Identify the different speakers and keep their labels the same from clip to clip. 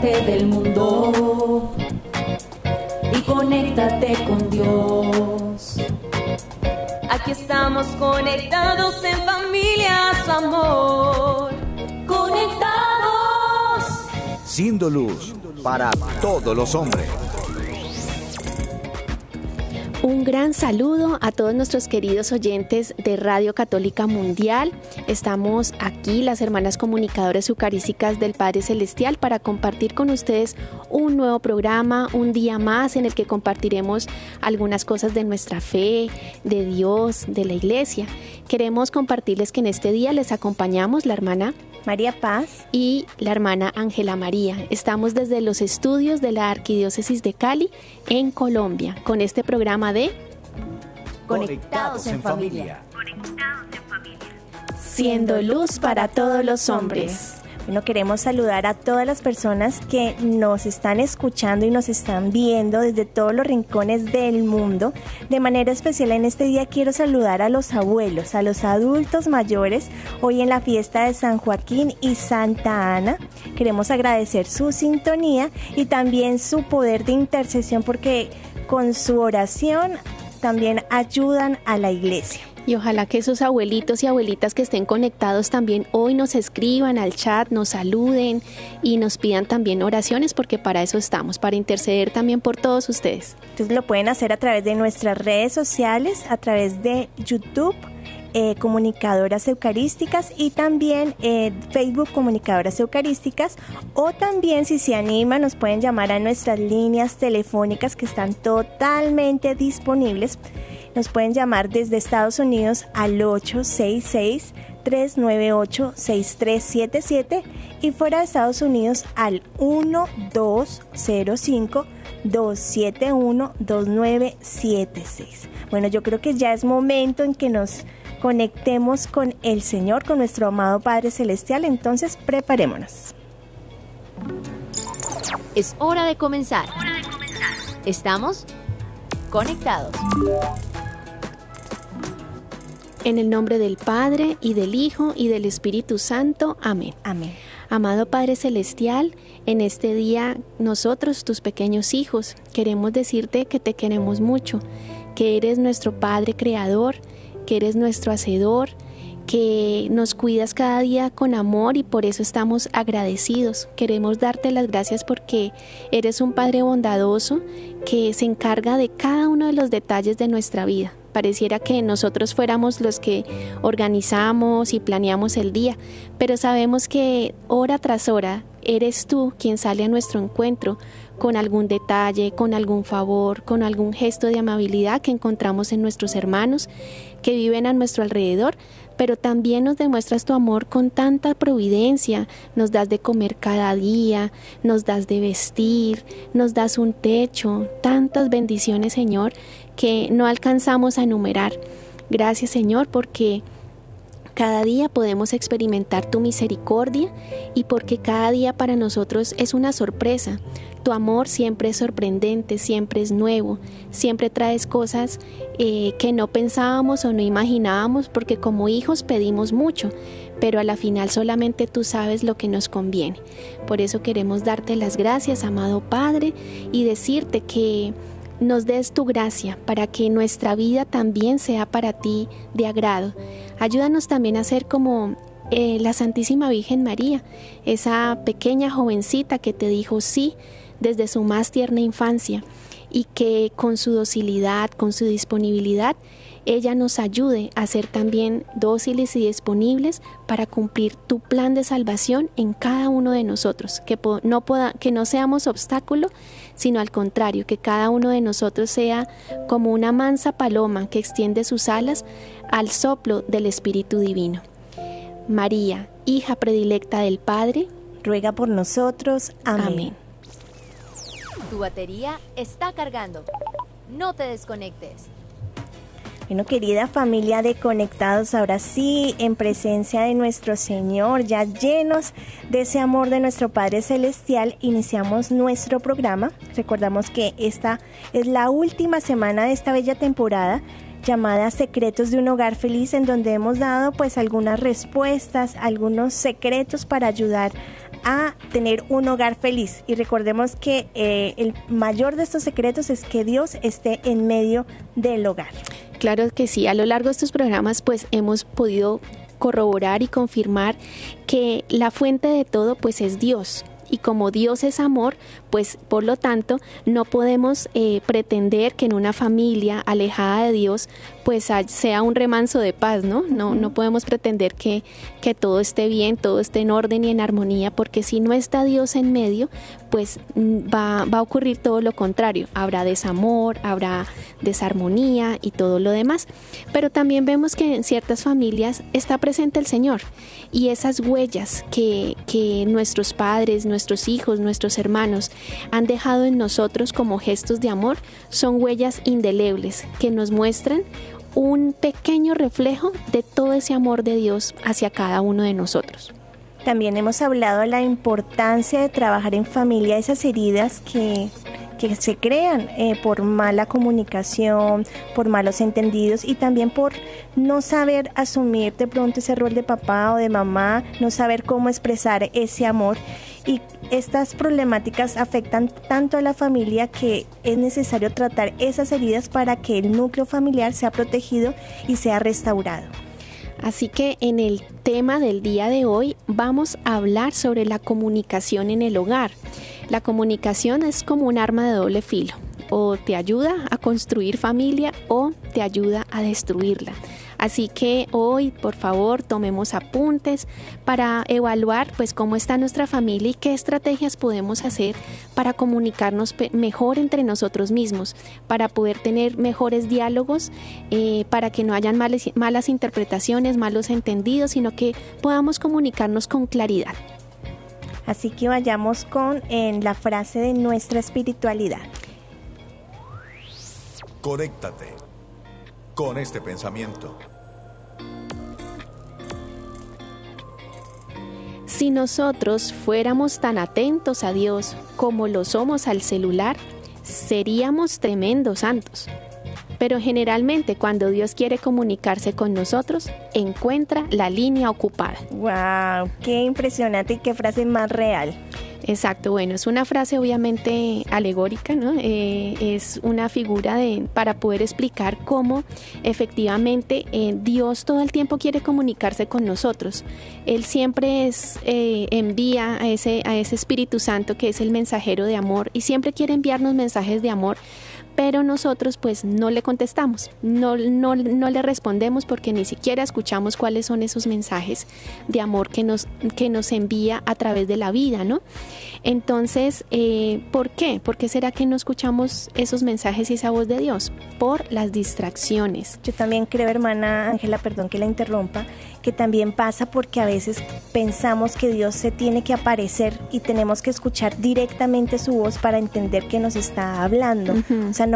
Speaker 1: aleje del mundo y conéctate con Dios. Aquí estamos conectados en familia, su amor. Conectados.
Speaker 2: Siendo luz para todos los hombres.
Speaker 3: Un gran saludo a todos nuestros queridos oyentes de Radio Católica Mundial. Estamos aquí, las hermanas comunicadoras eucarísticas del Padre Celestial, para compartir con ustedes un nuevo programa, un día más en el que compartiremos algunas cosas de nuestra fe, de Dios, de la Iglesia. Queremos compartirles que en este día les acompañamos la hermana
Speaker 4: María Paz
Speaker 3: y la hermana Ángela María. Estamos desde los estudios de la Arquidiócesis de Cali, en Colombia, con este programa de
Speaker 1: Conectados en familia.
Speaker 3: Siendo luz para todos los hombres.
Speaker 4: Bueno, queremos saludar a todas las personas que nos están escuchando y nos están viendo desde todos los rincones del mundo. De manera especial en este día quiero saludar a los abuelos, a los adultos mayores, hoy en la fiesta de San Joaquín y Santa Ana. Queremos agradecer su sintonía y también su poder de intercesión, porque con su oración también ayudan a la iglesia.
Speaker 3: Y ojalá que esos abuelitos y abuelitas que estén conectados también hoy nos escriban al chat, nos saluden y nos pidan también oraciones, porque para eso estamos, para interceder también por todos ustedes.
Speaker 4: Entonces lo pueden hacer a través de nuestras redes sociales, a través de YouTube, Comunicadoras Eucarísticas, y también Facebook Comunicadoras Eucarísticas, o también, si se animan, nos pueden llamar a nuestras líneas telefónicas que están totalmente disponibles. Nos pueden llamar desde Estados Unidos al 866-398-6377 y fuera de Estados Unidos al 1205-271-2976. Bueno, yo creo que ya es momento en que nos conectemos con el Señor, con nuestro amado Padre Celestial. Entonces, preparémonos.
Speaker 5: Es hora de comenzar. Estamos conectados.
Speaker 3: En el nombre del Padre, y del Hijo, y del Espíritu Santo. Amén.
Speaker 4: Amén.
Speaker 3: Amado Padre Celestial, en este día nosotros, tus pequeños hijos, queremos decirte que te queremos mucho, que eres nuestro Padre Creador, que eres nuestro Hacedor, que nos cuidas cada día con amor, y por eso estamos agradecidos. Queremos darte las gracias porque eres un Padre bondadoso que se encarga de cada uno de los detalles de nuestra vida. Pareciera que nosotros fuéramos los que organizamos y planeamos el día, pero sabemos que hora tras hora eres tú quien sale a nuestro encuentro con algún detalle, con algún favor, con algún gesto de amabilidad que encontramos en nuestros hermanos que viven a nuestro alrededor, pero también nos demuestras tu amor con tanta providencia. Nos das de comer cada día, nos das de vestir, nos das un techo, tantas bendiciones, Señor, que no alcanzamos a enumerar. Gracias, Señor, porque cada día podemos experimentar tu misericordia y porque cada día para nosotros es una sorpresa. Tu amor siempre es sorprendente, siempre es nuevo, siempre traes cosas que no pensábamos o no imaginábamos, porque como hijos pedimos mucho, pero a la final solamente tú sabes lo que nos conviene. Por eso queremos darte las gracias, amado Padre, y decirte que nos des tu gracia para que nuestra vida también sea para ti de agrado. Ayúdanos también a ser como la Santísima Virgen María, esa pequeña jovencita que te dijo sí desde su más tierna infancia, y que con su docilidad, con su disponibilidad, ella nos ayude a ser también dóciles y disponibles para cumplir tu plan de salvación en cada uno de nosotros, que no seamos obstáculo, sino al contrario, que cada uno de nosotros sea como una mansa paloma que extiende sus alas al soplo del Espíritu Divino. María, hija predilecta del Padre,
Speaker 4: ruega por nosotros. Amén.
Speaker 3: Amén.
Speaker 5: Tu batería está cargando. No te desconectes.
Speaker 4: Bueno, querida familia de Conectados, ahora sí, en presencia de nuestro Señor, ya llenos de ese amor de nuestro Padre Celestial, iniciamos nuestro programa. Recordamos que esta es la última semana de esta bella temporada llamada Secretos de un Hogar Feliz, en donde hemos dado pues algunas respuestas, algunos secretos para ayudar a tener un hogar feliz. Y recordemos que el mayor de estos secretos es que Dios esté en medio del hogar.
Speaker 3: Claro que sí, a lo largo de estos programas pues hemos podido corroborar y confirmar que la fuente de todo pues es Dios. Y como Dios es amor, pues por lo tanto no podemos pretender que en una familia alejada de Dios pues sea un remanso de paz, ¿no? No podemos pretender que todo esté bien, todo esté en orden y en armonía, porque si no está Dios en medio, pues va a ocurrir todo lo contrario. Habrá desamor, habrá desarmonía y todo lo demás. Pero también vemos que en ciertas familias está presente el Señor, y esas huellas que nuestros padres, nuestros hijos, nuestros hermanos han dejado en nosotros como gestos de amor son huellas indelebles que nos muestran un pequeño reflejo de todo ese amor de Dios hacia cada uno de nosotros.
Speaker 4: También hemos hablado de la importancia de trabajar en familia, esas heridas que se crean por mala comunicación, por malos entendidos, y también por no saber asumir de pronto ese rol de papá o de mamá, no saber cómo expresar ese amor. Y estas problemáticas afectan tanto a la familia que es necesario tratar esas heridas para que el núcleo familiar sea protegido y sea restaurado.
Speaker 3: Así que en el tema del día de hoy vamos a hablar sobre la comunicación en el hogar. La comunicación es como un arma de doble filo, o te ayuda a construir familia o te ayuda a destruirla. Así que hoy, por favor, tomemos apuntes para evaluar pues cómo está nuestra familia y qué estrategias podemos hacer para comunicarnos mejor entre nosotros mismos, para poder tener mejores diálogos, para que no hayan malas interpretaciones, malos entendidos, sino que podamos comunicarnos con claridad.
Speaker 4: Así que vayamos con la frase de nuestra espiritualidad.
Speaker 6: Conéctate con este pensamiento.
Speaker 3: Si nosotros fuéramos tan atentos a Dios como lo somos al celular, seríamos tremendos santos. Pero generalmente cuando Dios quiere comunicarse con nosotros, encuentra la línea ocupada.
Speaker 4: ¡Wow! ¡Qué impresionante y qué frase más real!
Speaker 3: Exacto, bueno, es una frase obviamente alegórica, ¿no? Es una figura para poder explicar cómo efectivamente Dios todo el tiempo quiere comunicarse con nosotros. Él siempre envía a ese Espíritu Santo que es el mensajero de amor, y siempre quiere enviarnos mensajes de amor, pero nosotros pues no le contestamos, no le respondemos, porque ni siquiera escuchamos cuáles son esos mensajes de amor que nos envía a través de la vida, ¿no? Entonces, ¿por qué? ¿Por qué será que no escuchamos esos mensajes y esa voz de Dios? Por las distracciones.
Speaker 4: Yo también creo, hermana Ángela, perdón que la interrumpa, que también pasa porque a veces pensamos que Dios se tiene que aparecer y tenemos que escuchar directamente su voz para entender que nos está hablando. O sea,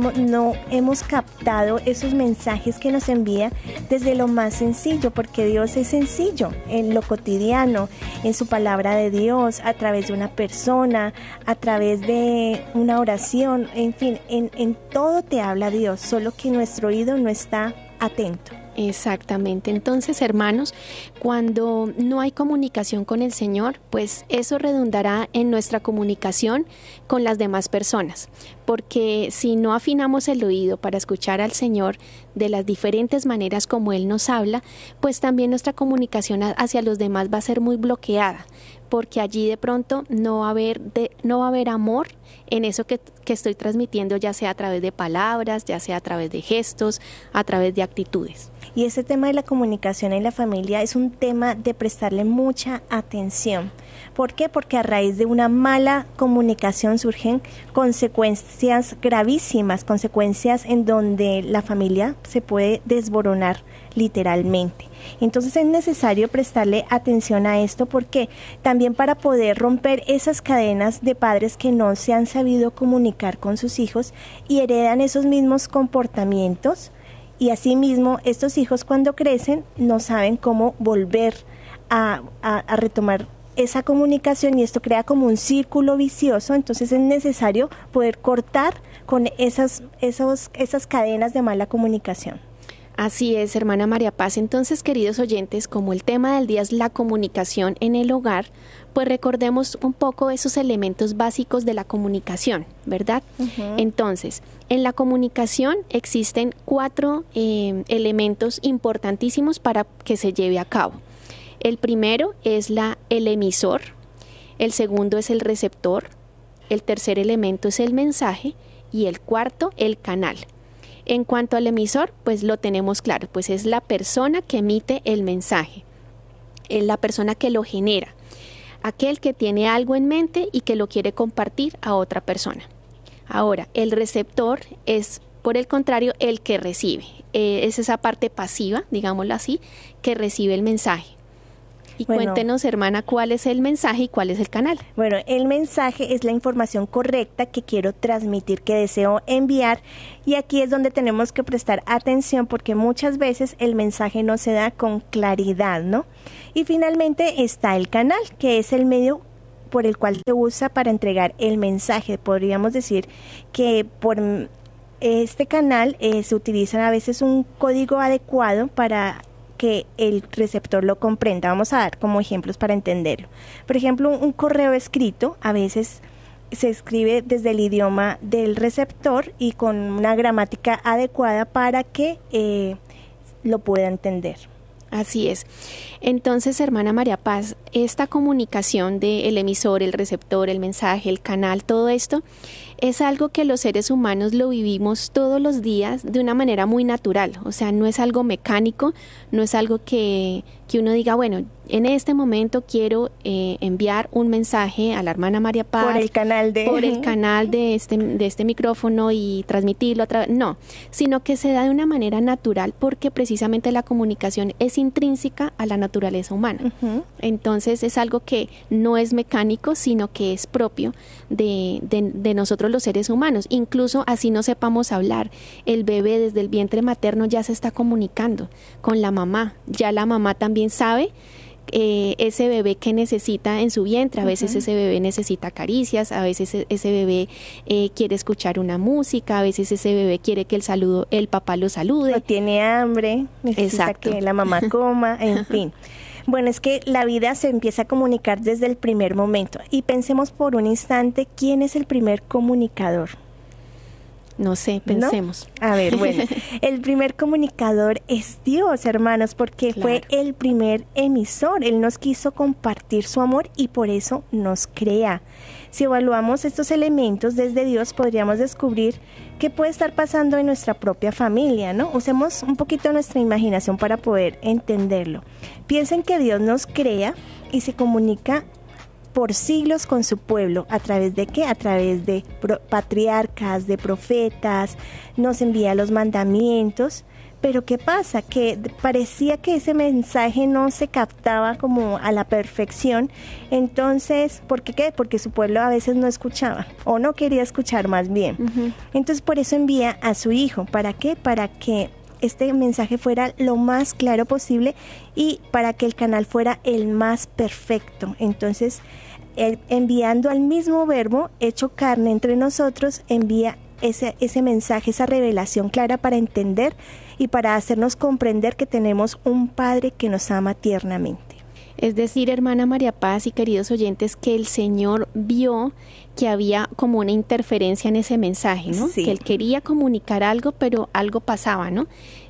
Speaker 4: no hemos captado esos mensajes que nos envía desde lo más sencillo, porque Dios es sencillo en lo cotidiano, en su palabra de Dios, a través de una persona, a través de una oración, en fin, en todo te habla Dios, solo que nuestro oído no está atento.
Speaker 3: Exactamente. Entonces, hermanos, cuando no hay comunicación con el Señor, pues eso redundará en nuestra comunicación con las demás personas, porque si no afinamos el oído para escuchar al Señor de las diferentes maneras como Él nos habla, pues también nuestra comunicación hacia los demás va a ser muy bloqueada, porque allí de pronto no va a haber amor en eso que estoy transmitiendo, ya sea a través de palabras, ya sea a través de gestos, a través de actitudes.
Speaker 4: Y este tema de la comunicación en la familia es un tema de prestarle mucha atención. ¿Por qué? Porque a raíz de una mala comunicación surgen consecuencias gravísimas, consecuencias en donde la familia se puede desboronar literalmente. Entonces es necesario prestarle atención a esto, porque también para poder romper esas cadenas de padres que no se han sabido comunicar con sus hijos y heredan esos mismos comportamientos, y asimismo estos hijos cuando crecen no saben cómo volver a retomar esa comunicación, y esto crea como un círculo vicioso. Entonces es necesario poder cortar con esas cadenas de mala comunicación.
Speaker 3: Así es, hermana María Paz. Entonces, queridos oyentes, como el tema del día es la comunicación en el hogar, pues recordemos un poco esos elementos básicos de la comunicación, ¿verdad? Uh-huh. Entonces, en la comunicación existen 4 elementos importantísimos para que se lleve a cabo. El primero es el emisor, el segundo es el receptor, el tercer elemento es el mensaje y el cuarto, el canal. En cuanto al emisor, pues lo tenemos claro, pues es la persona que emite el mensaje, es la persona que lo genera, aquel que tiene algo en mente y que lo quiere compartir a otra persona. Ahora, el receptor es, por el contrario, el que recibe, es esa parte pasiva, digámoslo así, que recibe el mensaje. Y cuéntenos, hermana, cuál es el mensaje y cuál es el canal.
Speaker 4: Bueno, el mensaje es la información correcta que quiero transmitir, que deseo enviar, y aquí es donde tenemos que prestar atención porque muchas veces el mensaje no se da con claridad, ¿no? Y finalmente está el canal, que es el medio por el cual se usa para entregar el mensaje. Podríamos decir que por este canal se utiliza a veces un código adecuado para que el receptor lo comprenda. Vamos a dar como ejemplos para entenderlo. Por ejemplo, un correo escrito a veces se escribe desde el idioma del receptor y con una gramática adecuada para que lo pueda entender.
Speaker 3: Así es. Entonces, hermana María Paz, esta comunicación del emisor, el receptor, el mensaje, el canal, todo esto es algo que los seres humanos lo vivimos todos los días de una manera muy natural. O sea, no es algo mecánico, no es algo que uno diga, bueno, en este momento quiero enviar un mensaje a la hermana María Paz
Speaker 4: por el canal
Speaker 3: de este micrófono y transmitirlo a través, no, sino que se da de una manera natural porque precisamente la comunicación es intrínseca a la naturaleza humana. Uh-huh. Entonces es algo que no es mecánico, sino que es propio de nosotros los seres humanos. Incluso así no sepamos hablar, el bebé desde el vientre materno ya se está comunicando con la mamá, ya la mamá también sabe ese bebé que necesita en su vientre. A veces ese bebé necesita caricias, a veces ese bebé quiere escuchar una música, a veces ese bebé quiere que el papá lo salude.
Speaker 4: O tiene hambre, necesita Exacto. que la mamá coma, en fin. Bueno, es que la vida se empieza a comunicar desde el primer momento. Y pensemos por un instante, ¿quién es el primer comunicador?
Speaker 3: No sé, pensemos.
Speaker 4: ¿No? A ver, bueno, el primer comunicador es Dios, hermanos, porque fue el primer emisor. Él nos quiso compartir su amor y por eso nos crea. Si evaluamos estos elementos desde Dios, podríamos descubrir qué puede estar pasando en nuestra propia familia, ¿no? Usemos un poquito nuestra imaginación para poder entenderlo. Piensen que Dios nos crea y se comunica por siglos con su pueblo. ¿A través de qué? A través de patriarcas, de profetas, nos envía los mandamientos. Pero ¿qué pasa? Que parecía que ese mensaje no se captaba como a la perfección. Entonces, ¿por qué? Porque su pueblo a veces no escuchaba o no quería escuchar más bien. Uh-huh. Entonces, por eso envía a su hijo. ¿Para qué? Para que este mensaje fuera lo más claro posible y para que el canal fuera el más perfecto. Entonces, él, enviando al mismo verbo hecho carne entre nosotros, envía ese mensaje, esa revelación clara para entender y para hacernos comprender que tenemos un Padre que nos ama tiernamente.
Speaker 3: Es decir, hermana María Paz y queridos oyentes, que el Señor vio que había como una interferencia en ese mensaje, ¿no? Sí. Que Él quería comunicar algo, pero algo pasaba, ¿no?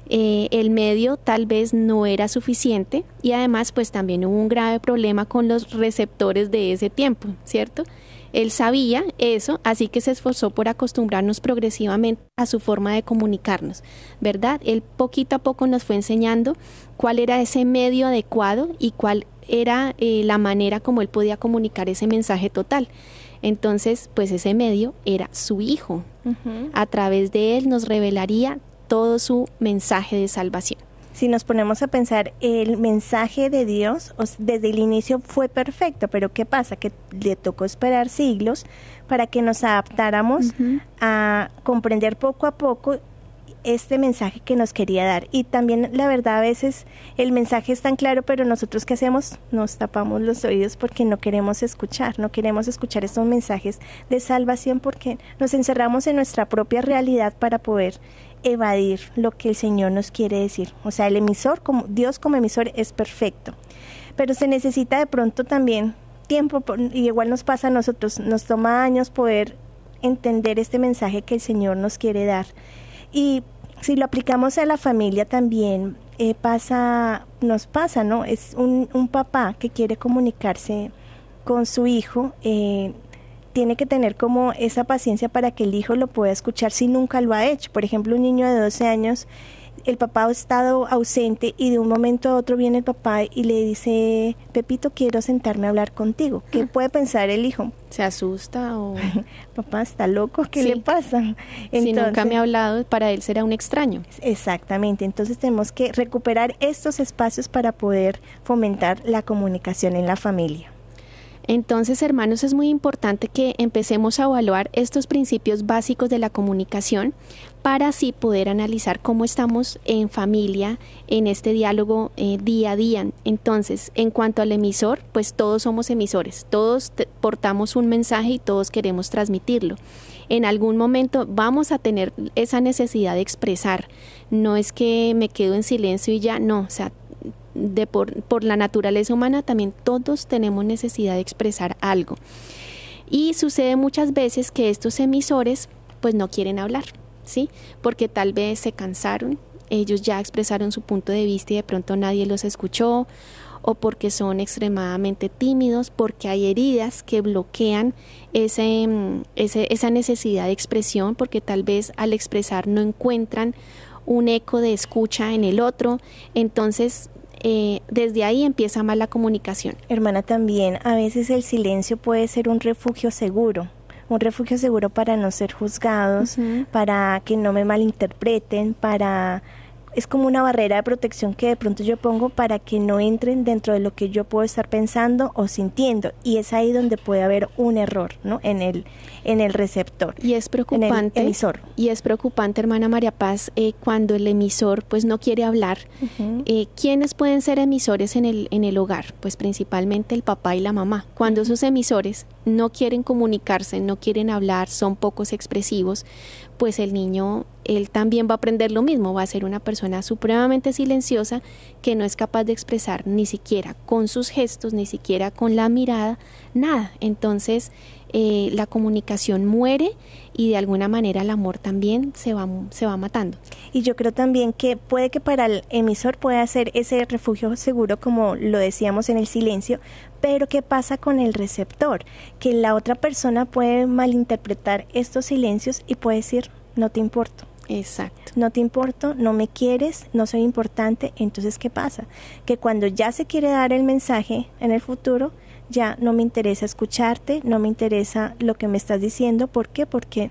Speaker 3: El medio tal vez no era suficiente y además pues también hubo un grave problema con los receptores de ese tiempo, ¿cierto? Él sabía eso, así que se esforzó por acostumbrarnos progresivamente a su forma de comunicarnos, ¿verdad? Él poquito a poco nos fue enseñando cuál era ese medio adecuado y cuál era la manera como él podía comunicar ese mensaje total. Entonces, pues ese medio era su Hijo. Uh-huh. A través de él nos revelaría todo su mensaje de salvación.
Speaker 4: Si nos ponemos a pensar, el mensaje de Dios desde el inicio fue perfecto, pero ¿qué pasa? Que le tocó esperar siglos para que nos adaptáramos uh-huh. a comprender poco a poco este mensaje que nos quería dar. Y también, la verdad, a veces el mensaje es tan claro, pero nosotros, ¿qué hacemos? Nos tapamos los oídos porque no queremos escuchar estos mensajes de salvación, porque nos encerramos en nuestra propia realidad para poder evadir lo que el Señor nos quiere decir. O sea, el emisor, Dios como emisor es perfecto, pero se necesita de pronto también tiempo, y igual nos pasa a nosotros, nos toma años poder entender este mensaje que el Señor nos quiere dar. Y si lo aplicamos a la familia también nos pasa, ¿no? Es un papá que quiere comunicarse con su hijo, tiene que tener como esa paciencia para que el hijo lo pueda escuchar si nunca lo ha hecho. Por ejemplo, un niño de 12 años, el papá ha estado ausente y de un momento a otro viene el papá y le dice: Pepito, quiero sentarme a hablar contigo. ¿Qué puede pensar el hijo?
Speaker 3: ¿Se asusta o...?
Speaker 4: Papá, ¿está loco? ¿Qué le pasa? Entonces,
Speaker 3: si nunca me ha hablado, para él será un extraño.
Speaker 4: Exactamente, entonces tenemos que recuperar estos espacios para poder fomentar la comunicación en la familia.
Speaker 3: Entonces, hermanos, es muy importante que empecemos a evaluar estos principios básicos de la comunicación para así poder analizar cómo estamos en familia, en este diálogo día a día. Entonces, en cuanto al emisor, pues todos somos emisores, todos portamos un mensaje y todos queremos transmitirlo. En algún momento vamos a tener esa necesidad de expresar, no es que me quedo en silencio y ya, no, o sea, por la naturaleza humana también todos tenemos necesidad de expresar algo, y sucede muchas veces que estos emisores pues no quieren hablar, ¿sí? Porque tal vez se cansaron, ellos ya expresaron su punto de vista y de pronto nadie los escuchó, o porque son extremadamente tímidos, porque hay heridas que bloquean esa necesidad de expresión, porque tal vez al expresar no encuentran un eco de escucha en el otro. Entonces desde ahí empieza mal la comunicación.
Speaker 4: Hermana, también a veces el silencio puede ser un refugio seguro para no ser juzgados, para que no me malinterpreten, es como una barrera de protección que de pronto yo pongo para que no entren dentro de lo que yo puedo estar pensando o sintiendo, y es ahí donde puede haber un error, ¿no? En el receptor.
Speaker 3: Y es preocupante,
Speaker 4: en el emisor.
Speaker 3: Y es preocupante, hermana María Paz, cuando el emisor pues no quiere hablar. ¿Quiénes pueden ser emisores en el hogar? Pues principalmente el papá y la mamá. Cuando esos emisores no quieren comunicarse, no quieren hablar, son pocos expresivos, pues el niño, él también va a aprender lo mismo, va a ser una persona supremamente silenciosa que no es capaz de expresar ni siquiera con sus gestos, ni siquiera con la mirada, nada. Entonces la comunicación muere y de alguna manera el amor también se va matando.
Speaker 4: Y yo creo también que puede que para el emisor pueda ser ese refugio seguro, como lo decíamos, en el silencio, pero ¿qué pasa con el receptor? Que la otra persona puede malinterpretar estos silencios y puede decir: no te importo.
Speaker 3: Exacto.
Speaker 4: No te importo, no me quieres, no soy importante. Entonces, ¿qué pasa? Que cuando ya se quiere dar el mensaje en el futuro, ya no me interesa escucharte, no me interesa lo que me estás diciendo. ¿Por qué? Porque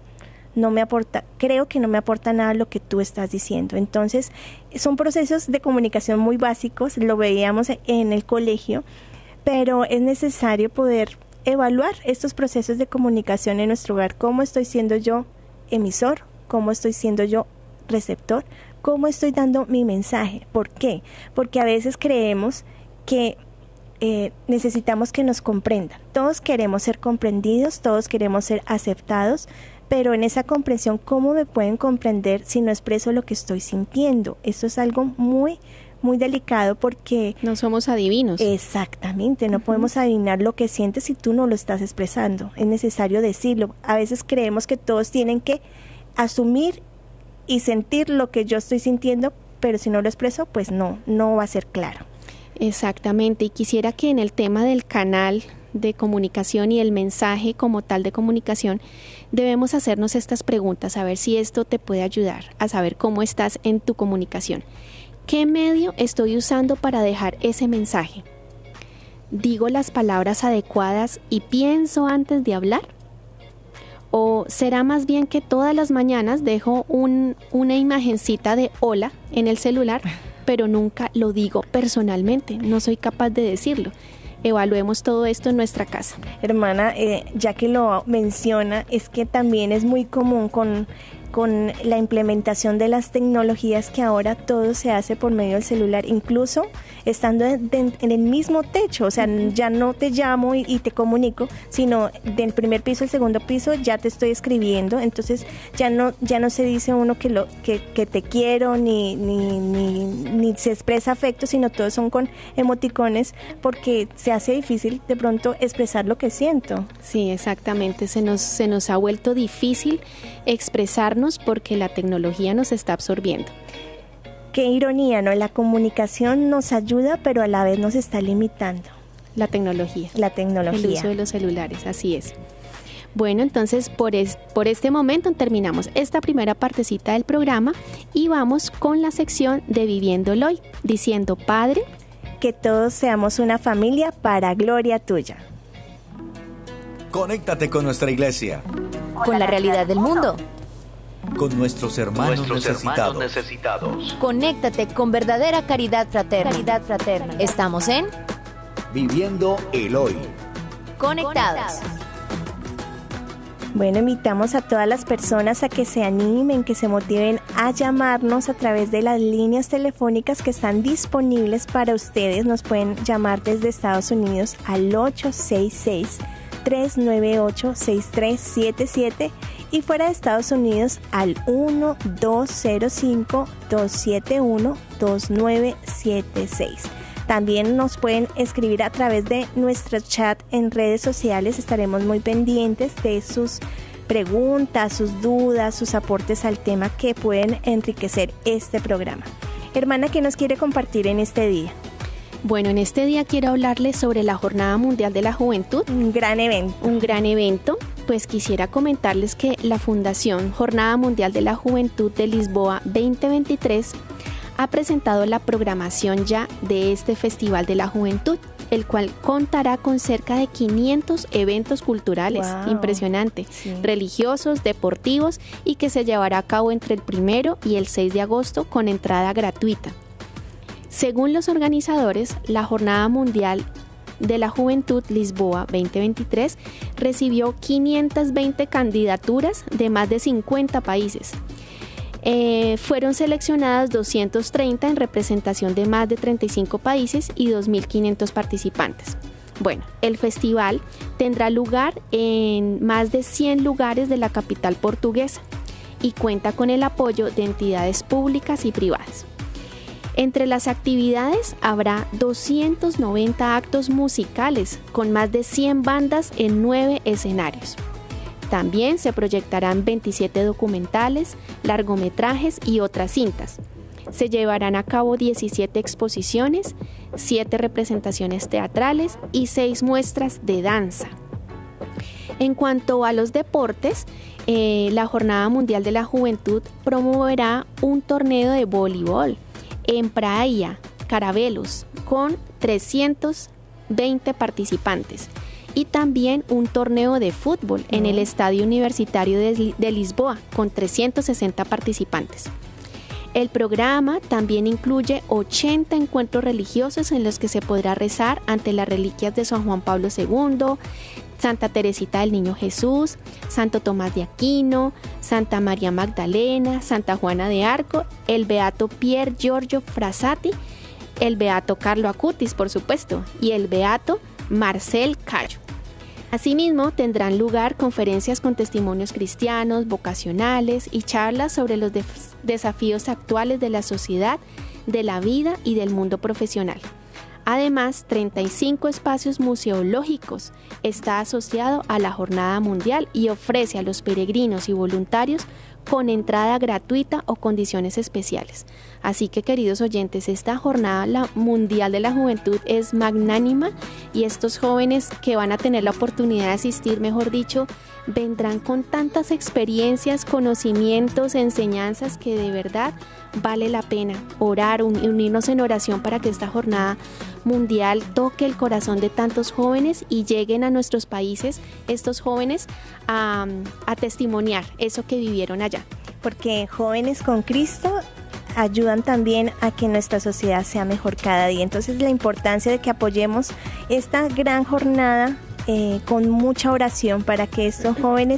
Speaker 4: creo que no me aporta nada lo que tú estás diciendo. Entonces, son procesos de comunicación muy básicos, lo veíamos en el colegio, pero es necesario poder evaluar estos procesos de comunicación en nuestro hogar. ¿Cómo estoy siendo yo emisor? ¿Cómo estoy siendo yo receptor? ¿Cómo estoy dando mi mensaje? ¿Por qué? Porque a veces creemos que necesitamos que nos comprendan. Todos queremos ser comprendidos, todos queremos ser aceptados, pero en esa comprensión, ¿cómo me pueden comprender si no expreso lo que estoy sintiendo? Esto es algo muy, muy delicado, porque
Speaker 3: no somos adivinos.
Speaker 4: Exactamente, no podemos adivinar lo que sientes si tú no lo estás expresando. Es necesario decirlo. A veces creemos que todos tienen que asumir y sentir lo que yo estoy sintiendo, pero si no lo expreso, pues no va a ser claro.
Speaker 3: Exactamente, y quisiera que en el tema del canal de comunicación y el mensaje como tal de comunicación, debemos hacernos estas preguntas, a ver si esto te puede ayudar a saber cómo estás en tu comunicación. ¿Qué medio estoy usando para dejar ese mensaje? ¿Digo las palabras adecuadas y pienso antes de hablar? ¿O será más bien que todas las mañanas dejo una imagencita de hola en el celular, pero nunca lo digo personalmente, no soy capaz de decirlo? Evaluemos todo esto en nuestra casa.
Speaker 4: Hermana, ya que lo menciona, es que también es muy común con con la implementación de las tecnologías, que ahora todo se hace por medio del celular, incluso estando en el mismo techo. O sea, ya no te llamo y te comunico, sino del primer piso al segundo piso ya te estoy escribiendo. Entonces ya no se dice uno que te quiero ni se expresa afecto, sino todos son con emoticones, porque se hace difícil de pronto expresar lo que siento.
Speaker 3: Sí, exactamente. Se nos ha vuelto difícil expresarnos porque la tecnología nos está absorbiendo.
Speaker 4: Qué ironía, ¿no? La comunicación nos ayuda, pero a la vez nos está limitando.
Speaker 3: La tecnología. El uso de los celulares, así es. Bueno, entonces por este momento terminamos esta primera partecita del programa y vamos con la sección de Viviéndolo Hoy, diciendo: Padre,
Speaker 4: que todos seamos una familia para gloria tuya.
Speaker 6: Conéctate con nuestra iglesia.
Speaker 5: Con la realidad del mundo.
Speaker 6: Con nuestros hermanos necesitados.
Speaker 5: Conéctate con verdadera caridad fraterna. Estamos en
Speaker 2: Viviendo el Hoy.
Speaker 5: Conectados.
Speaker 4: Bueno, invitamos a todas las personas a que se animen, que se motiven a llamarnos a través de las líneas telefónicas que están disponibles para ustedes. Nos pueden llamar desde Estados Unidos al 866-398-6377 y fuera de Estados Unidos al 1-205-271-2976. También nos pueden escribir a través de nuestro chat en redes sociales. Estaremos muy pendientes de sus preguntas, sus dudas, sus aportes al tema que pueden enriquecer este programa. Hermana, ¿qué nos quiere compartir en este día?
Speaker 3: Bueno, en este día quiero hablarles sobre la Jornada Mundial de la Juventud.
Speaker 4: Un gran evento. Pues quisiera comentarles que la Fundación Jornada Mundial de la Juventud de Lisboa 2023 ha presentado la programación ya de este Festival de la Juventud, el cual contará con cerca de 500 eventos culturales, impresionante, religiosos, deportivos, y que se llevará a cabo entre el 1 y el 6 de agosto con entrada gratuita. Según los organizadores, la Jornada Mundial de la Juventud Lisboa 2023 recibió 520 candidaturas de más de 50 países. Fueron seleccionadas 230 en representación de más de 35 países y 2.500 participantes. Bueno, el festival tendrá lugar en más de 100 lugares de la capital portuguesa y cuenta con el apoyo de entidades públicas y privadas. Entre las actividades habrá 290 actos musicales con más de 100 bandas en 9 escenarios. También se proyectarán 27 documentales, largometrajes y otras cintas. Se llevarán a cabo 17 exposiciones, 7 representaciones teatrales y 6 muestras de danza. En cuanto a los deportes, la Jornada Mundial de la Juventud promoverá un torneo de voleibol en Praia, Caravelos, con 320 participantes. Y también un torneo de fútbol en el Estadio Universitario de Lisboa con 360 participantes. El programa también incluye 80 encuentros religiosos en los que se podrá rezar ante las reliquias de San Juan Pablo II, Santa Teresita del Niño Jesús, Santo Tomás de Aquino, Santa María Magdalena, Santa Juana de Arco, el Beato Pier Giorgio Frassati, el Beato Carlo Acutis, por supuesto, y el Beato Marcel Cayo. Asimismo, tendrán lugar conferencias con testimonios cristianos, vocacionales y charlas sobre los desafíos actuales de la sociedad, de la vida y del mundo profesional. Además, 35 espacios museológicos está asociado a la Jornada Mundial y ofrece a los peregrinos y voluntarios con entrada gratuita o condiciones especiales. Así que, queridos oyentes, esta Jornada Mundial de la Juventud es magnánima y estos jóvenes que van a tener la oportunidad de asistir, mejor dicho, vendrán con tantas experiencias, conocimientos, enseñanzas que de verdad vale la pena orar, unirnos en oración para que esta Jornada Mundial toque el corazón de tantos jóvenes y lleguen a nuestros países estos jóvenes a testimoniar eso que vivieron allá. Porque jóvenes con Cristo ayudan también a que nuestra sociedad sea mejor cada día. Entonces, la importancia de que apoyemos esta gran jornada con mucha oración para que estos jóvenes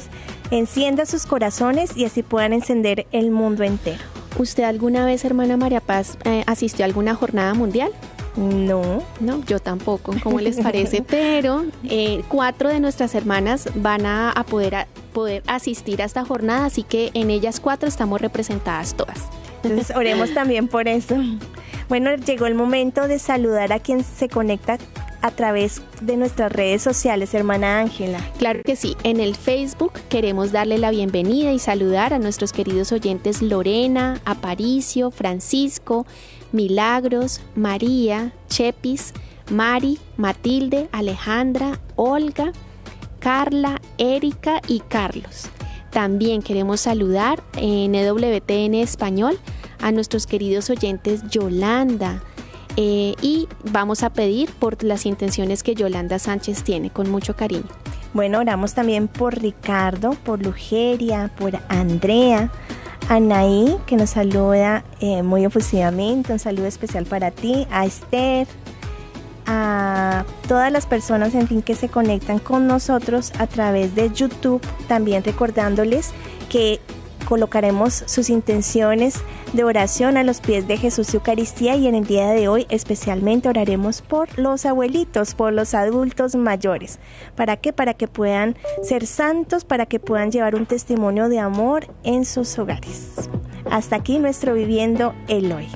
Speaker 4: encienda sus corazones y así puedan encender el mundo entero.
Speaker 3: ¿Usted alguna vez, hermana María Paz, asistió a alguna jornada mundial?
Speaker 4: No,
Speaker 3: yo tampoco, ¿cómo les parece? Pero 4 de nuestras hermanas van a poder asistir a esta jornada, así que en ellas 4 estamos representadas todas.
Speaker 4: Entonces oremos también por eso. Bueno, llegó el momento de saludar a quien se conecta a través de nuestras redes sociales, hermana Ángela.
Speaker 3: Claro que sí, en el Facebook queremos darle la bienvenida y saludar a nuestros queridos oyentes Lorena, Aparicio, Francisco, Milagros, María, Chepis, Mari, Matilde, Alejandra, Olga, Carla, Erika y Carlos. También queremos saludar en EWTN Español a nuestros queridos oyentes Yolanda, y vamos a pedir por las intenciones que Yolanda Sánchez tiene, con mucho cariño.
Speaker 4: Bueno, oramos también por Ricardo, por Lugeria, por Andrea, Anaí, que nos saluda muy efusivamente, un saludo especial para ti, a Esther, a todas las personas, en fin, que se conectan con nosotros a través de YouTube, también recordándoles que colocaremos sus intenciones de oración a los pies de Jesús y Eucaristía, y en el día de hoy especialmente oraremos por los abuelitos, por los adultos mayores. ¿Para qué? Para que puedan ser santos, para que puedan llevar un testimonio de amor en sus hogares. Hasta aquí nuestro Viviendo el Hoy.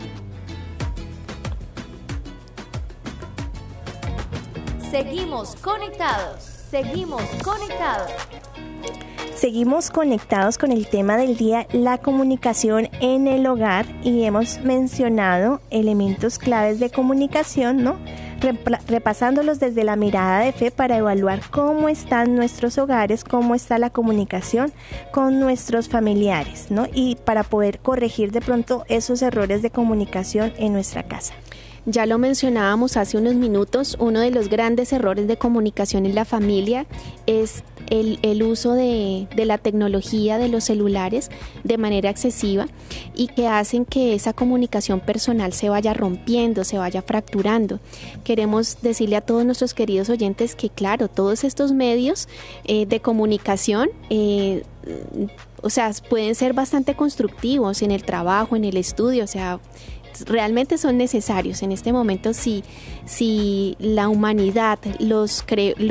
Speaker 5: Seguimos conectados. Seguimos conectados.
Speaker 4: Seguimos conectados con el tema del día, la comunicación en el hogar, y hemos mencionado elementos claves de comunicación, ¿no? Repasándolos desde la mirada de fe para evaluar cómo están nuestros hogares, cómo está la comunicación con nuestros familiares, ¿no? Y para poder corregir de pronto esos errores de comunicación en nuestra casa.
Speaker 3: Ya lo mencionábamos hace unos minutos, uno de los grandes errores de comunicación en la familia es el uso de la tecnología, de los celulares, de manera excesiva, y que hacen que esa comunicación personal se vaya rompiendo, se vaya fracturando. Queremos decirle a todos nuestros queridos oyentes que, claro, todos estos medios de comunicación pueden ser bastante constructivos en el trabajo, en el estudio, realmente son necesarios en este momento. Si la humanidad los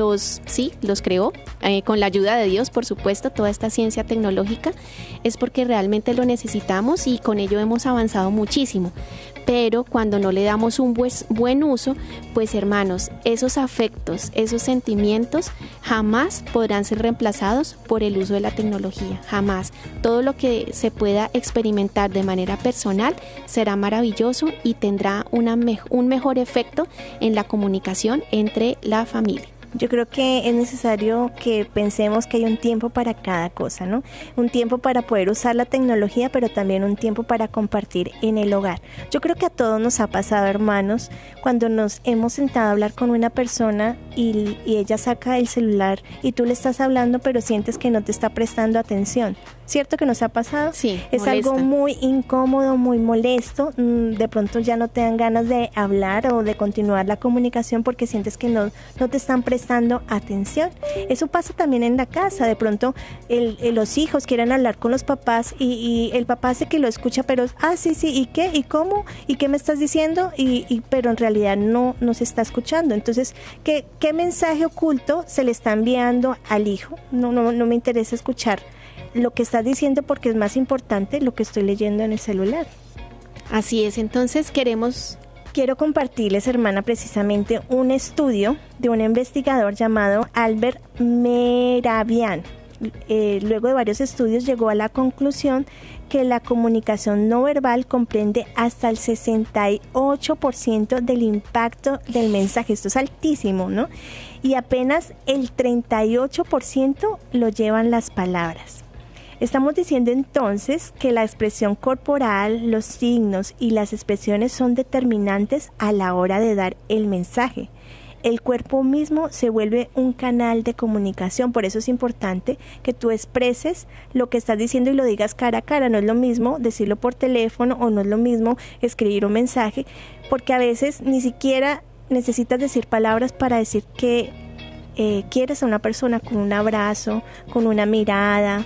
Speaker 3: creó con la ayuda de Dios, por supuesto, toda esta ciencia tecnológica, es porque realmente lo necesitamos y con ello hemos avanzado muchísimo. Pero cuando no le damos un buen uso, pues hermanos, esos afectos, esos sentimientos jamás podrán ser reemplazados por el uso de la tecnología, jamás. Todo lo que se pueda experimentar de manera personal será maravilloso y tendrá un mejor efecto en la comunicación entre la familia.
Speaker 4: Yo creo que es necesario que pensemos que hay un tiempo para cada cosa, ¿no? Un tiempo para poder usar la tecnología, pero también un tiempo para compartir en el hogar. Yo creo que a todos nos ha pasado, hermanos, cuando nos hemos sentado a hablar con una persona y ella saca el celular y tú le estás hablando, pero sientes que no te está prestando atención. ¿Cierto que nos ha pasado?
Speaker 3: Sí,
Speaker 4: es molesta. Algo muy incómodo, muy molesto. De pronto ya no te dan ganas de hablar o de continuar la comunicación porque sientes que no te están prestando atención. Eso pasa también en la casa. De pronto los hijos quieren hablar con los papás y el papá hace que lo escucha, pero sí, ¿y qué? ¿Y cómo? ¿Y qué me estás diciendo? Pero en realidad no se está escuchando. Entonces, ¿qué mensaje oculto se le está enviando al hijo? No me interesa escuchar lo que estás diciendo porque es más importante lo que estoy leyendo en el celular.
Speaker 3: Así es, entonces
Speaker 4: Quiero compartirles, hermana, precisamente un estudio de un investigador llamado Albert Mehrabian. Luego de varios estudios llegó a la conclusión que la comunicación no verbal comprende hasta el 68% del impacto del mensaje. Esto es altísimo, ¿no? Y apenas el 38% lo llevan las palabras. Estamos diciendo entonces que la expresión corporal, los signos y las expresiones son determinantes a la hora de dar el mensaje. El cuerpo mismo se vuelve un canal de comunicación, por eso es importante que tú expreses lo que estás diciendo y lo digas cara a cara. No es lo mismo decirlo por teléfono o no es lo mismo escribir un mensaje, porque a veces ni siquiera necesitas decir palabras para decir que quieres a una persona con un abrazo, con una mirada,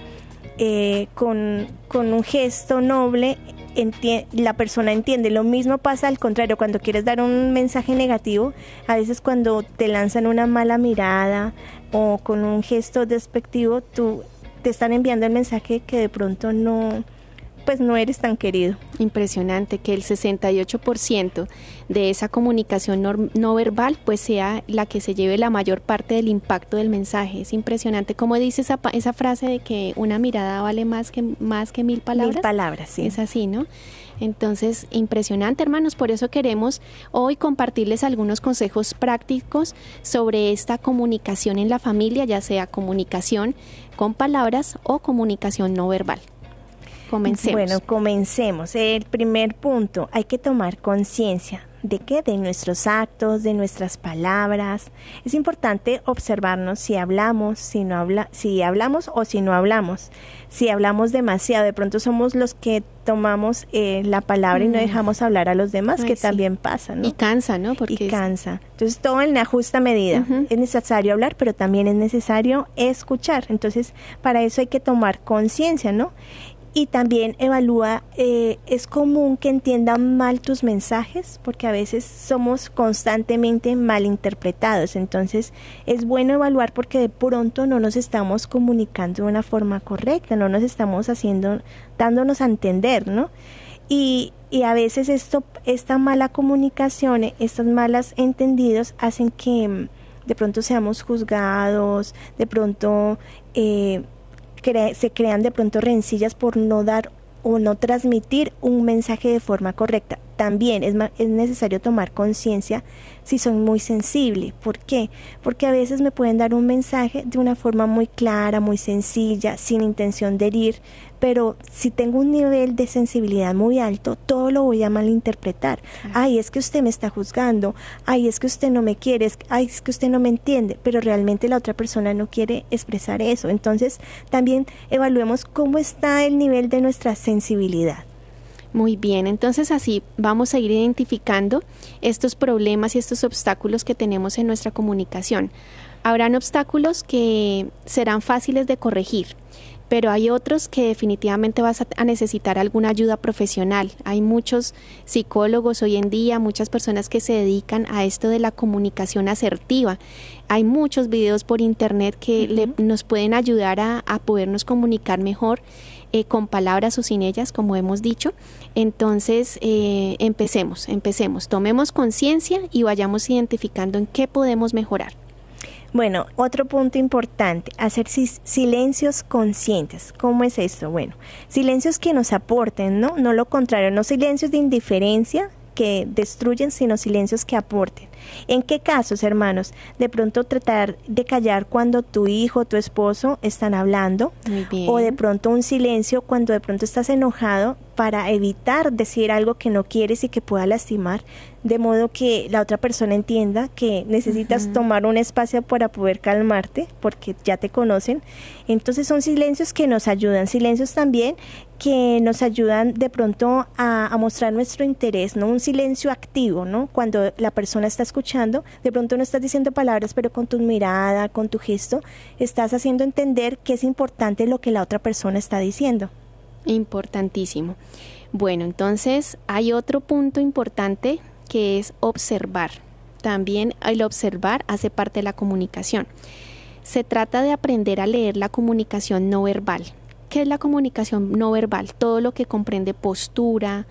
Speaker 4: con un gesto noble, la persona entiende. Lo mismo pasa al contrario, cuando quieres dar un mensaje negativo, a veces cuando te lanzan una mala mirada o con un gesto despectivo, te están enviando el mensaje que de pronto no eres tan querido.
Speaker 3: Impresionante que el 68% de esa comunicación no verbal pues sea la que se lleve la mayor parte del impacto del mensaje. Es impresionante. ¿Cómo dice esa frase de que una mirada vale más que 1000 palabras?
Speaker 4: 1000 palabras, sí.
Speaker 3: Es así, ¿no? Entonces, impresionante, hermanos. Por eso queremos hoy compartirles algunos consejos prácticos sobre esta comunicación en la familia, ya sea comunicación con palabras o comunicación no verbal. Comencemos.
Speaker 4: Bueno, comencemos. El primer punto, hay que tomar conciencia. ¿De qué? De nuestros actos, de nuestras palabras. Es importante observarnos si hablamos, si hablamos o si no hablamos. Si hablamos demasiado, de pronto somos los que tomamos la palabra y no dejamos hablar a los demás, que sí. También pasa, ¿no?
Speaker 3: Y cansa, ¿no?
Speaker 4: Porque cansa. Entonces, todo en la justa medida. Es necesario hablar, pero también es necesario escuchar. Entonces, para eso hay que tomar conciencia, ¿no? Y también evalúa, es común que entiendan mal tus mensajes, porque a veces somos constantemente malinterpretados. Entonces es bueno evaluar porque de pronto no nos estamos comunicando de una forma correcta, no nos estamos dándonos a entender, ¿no? Y a veces esta mala comunicación, estos malos entendidos hacen que de pronto seamos juzgados, de pronto se crean de pronto rencillas por no dar o no transmitir un mensaje de forma correcta. También es necesario tomar conciencia si soy muy sensible. ¿Por qué? Porque a veces me pueden dar un mensaje de una forma muy clara, muy sencilla, sin intención de herir, pero si tengo un nivel de sensibilidad muy alto, todo lo voy a malinterpretar. Ay, es que usted me está juzgando, ay, es que usted no me quiere, ay, es que usted no me entiende, pero realmente la otra persona no quiere expresar eso. Entonces, también evaluemos cómo está el nivel de nuestra sensibilidad.
Speaker 3: Muy bien, entonces así vamos a ir identificando estos problemas y estos obstáculos que tenemos en nuestra comunicación. Habrán obstáculos que serán fáciles de corregir, pero hay otros que definitivamente vas a necesitar alguna ayuda profesional. Hay muchos psicólogos hoy en día, muchas personas que se dedican a esto de la comunicación asertiva. Hay muchos videos por internet que nos pueden ayudar a podernos comunicar mejor con palabras o sin ellas, como hemos dicho. Entonces, empecemos, tomemos conciencia y vayamos identificando en qué podemos mejorar.
Speaker 4: Bueno, otro punto importante, hacer silencios conscientes. ¿Cómo es esto? Bueno, silencios que nos aporten, ¿no? No lo contrario, no silencios de indiferencia que destruyen, sino silencios que aporten. ¿En qué casos, hermanos? De pronto tratar de callar cuando tu hijo o tu esposo están hablando.
Speaker 3: Muy bien.
Speaker 4: O de pronto un silencio cuando de pronto estás enojado para evitar decir algo que no quieres y que pueda lastimar, de modo que la otra persona entienda que necesitas tomar un espacio para poder calmarte, porque ya te conocen. Entonces son silencios que nos ayudan, silencios también que nos ayudan de pronto a mostrar nuestro interés, ¿no? Un silencio activo, ¿no? Cuando la persona está escuchando, de pronto no estás diciendo palabras, pero con tu mirada, con tu gesto, estás haciendo entender que es importante lo que la otra persona está diciendo.
Speaker 3: Importantísimo. Bueno, entonces hay otro punto importante que es observar. También el observar hace parte de la comunicación. Se trata de aprender a leer la comunicación no verbal. ¿Qué es la comunicación no verbal? Todo lo que comprende postura,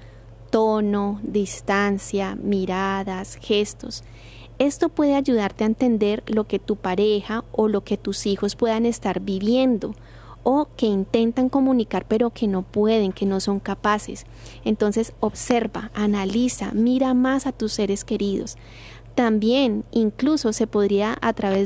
Speaker 3: tono, distancia, miradas, gestos. Esto puede ayudarte a entender lo que tu pareja o lo que tus hijos puedan estar viviendo o que intentan comunicar pero que no pueden, que no son capaces. Entonces observa, analiza, mira más a tus seres queridos. También incluso se podría a través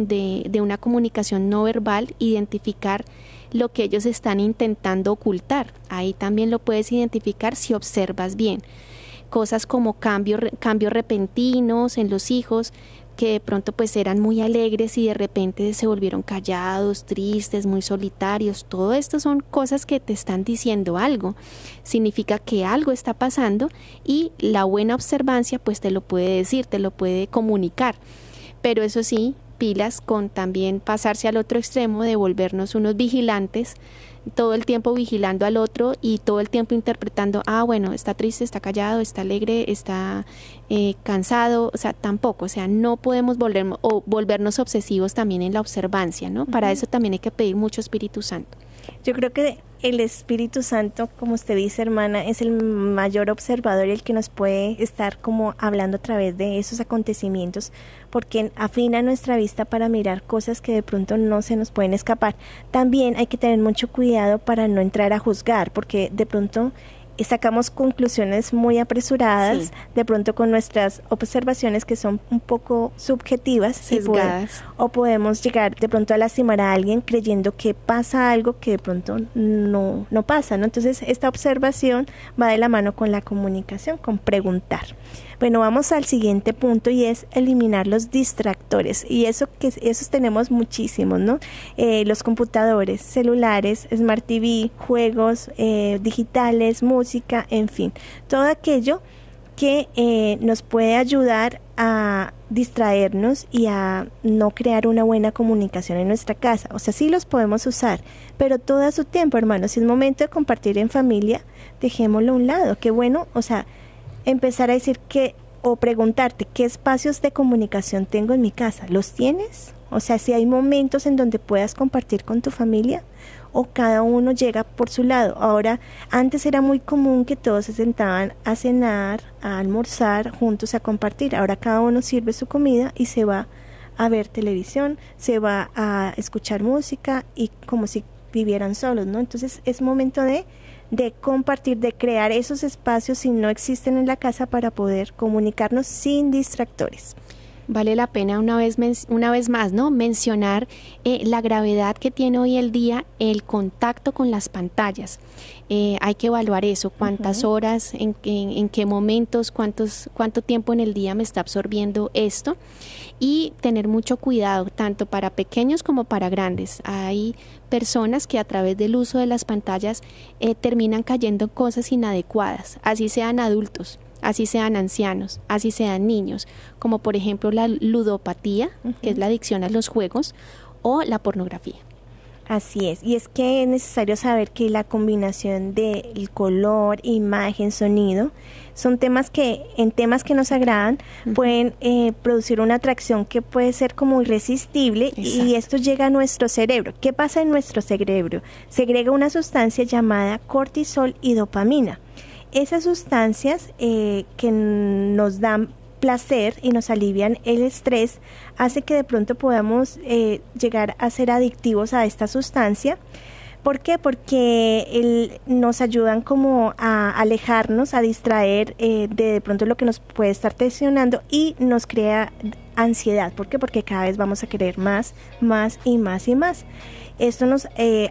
Speaker 3: de una comunicación no verbal identificar lo que ellos están intentando ocultar. Ahí también lo puedes identificar si observas bien. Cosas como cambios repentinos en los hijos, que de pronto pues eran muy alegres y de repente se volvieron callados, tristes, muy solitarios. Todo esto son cosas que te están diciendo algo. Significa que algo está pasando y la buena observancia pues te lo puede decir, te lo puede comunicar. Pero eso sí, pilas con también pasarse al otro extremo de volvernos unos vigilantes, todo el tiempo vigilando al otro y todo el tiempo interpretando, bueno, está triste, está callado, está alegre, está cansado, o sea, tampoco, o sea, no podemos volvernos obsesivos también en la observancia, ¿no? Para eso también hay que pedir mucho Espíritu Santo.
Speaker 4: Yo creo que el Espíritu Santo, como usted dice, hermana, es el mayor observador y el que nos puede estar como hablando a través de esos acontecimientos, porque afina nuestra vista para mirar cosas que de pronto no se nos pueden escapar. También hay que tener mucho cuidado para no entrar a juzgar, porque de pronto sacamos conclusiones muy apresuradas, de pronto con nuestras observaciones que son un poco subjetivas,
Speaker 3: sesgadas,
Speaker 4: o podemos llegar de pronto a lastimar a alguien creyendo que pasa algo que de pronto no pasa, ¿no? Entonces esta observación va de la mano con la comunicación, con preguntar. Bueno, vamos al siguiente punto y es eliminar los distractores, y esos tenemos muchísimos, ¿no? Los computadores, celulares, Smart TV, juegos digitales, música, en fin, todo aquello que nos puede ayudar a distraernos y a no crear una buena comunicación en nuestra casa. O sea, sí los podemos usar, pero todo a su tiempo, hermanos. Si es momento de compartir en familia, dejémoslo a un lado. Qué bueno, o sea, empezar a decir o preguntarte qué espacios de comunicación tengo en mi casa. ¿Los tienes? O sea, si hay momentos en donde puedas compartir con tu familia, o cada uno llega por su lado. Ahora, antes era muy común que todos se sentaban a cenar, a almorzar, juntos a compartir. Ahora cada uno sirve su comida y se va a ver televisión, se va a escuchar música y como si vivieran solos, ¿no? Entonces es momento de compartir, de crear esos espacios si no existen en la casa para poder comunicarnos sin distractores.
Speaker 3: Vale la pena una vez más, ¿no? Mencionar la gravedad que tiene hoy el día el contacto con las pantallas. Hay que evaluar eso, cuántas horas, en qué momentos, cuánto tiempo en el día me está absorbiendo esto, y tener mucho cuidado tanto para pequeños como para grandes. Hay personas que a través del uso de las pantallas terminan cayendo en cosas inadecuadas, así sean adultos, así sean ancianos, así sean niños, como por ejemplo la ludopatía, que es la adicción a los juegos, o la pornografía.
Speaker 4: Así es, y es que es necesario saber que la combinación del color, imagen, sonido, son temas que nos agradan, pueden producir una atracción que puede ser como irresistible. Exacto. Y esto llega a nuestro cerebro. ¿Qué pasa en nuestro cerebro? Segrega una sustancia llamada cortisol y dopamina. Esas sustancias que nos dan placer y nos alivian el estrés, hace que de pronto podamos llegar a ser adictivos a esta sustancia. ¿Por qué? Porque nos ayudan como a alejarnos, a distraer de pronto lo que nos puede estar tensionando, y nos crea ansiedad. ¿Por qué? Porque cada vez vamos a querer más y más y más. Esto nos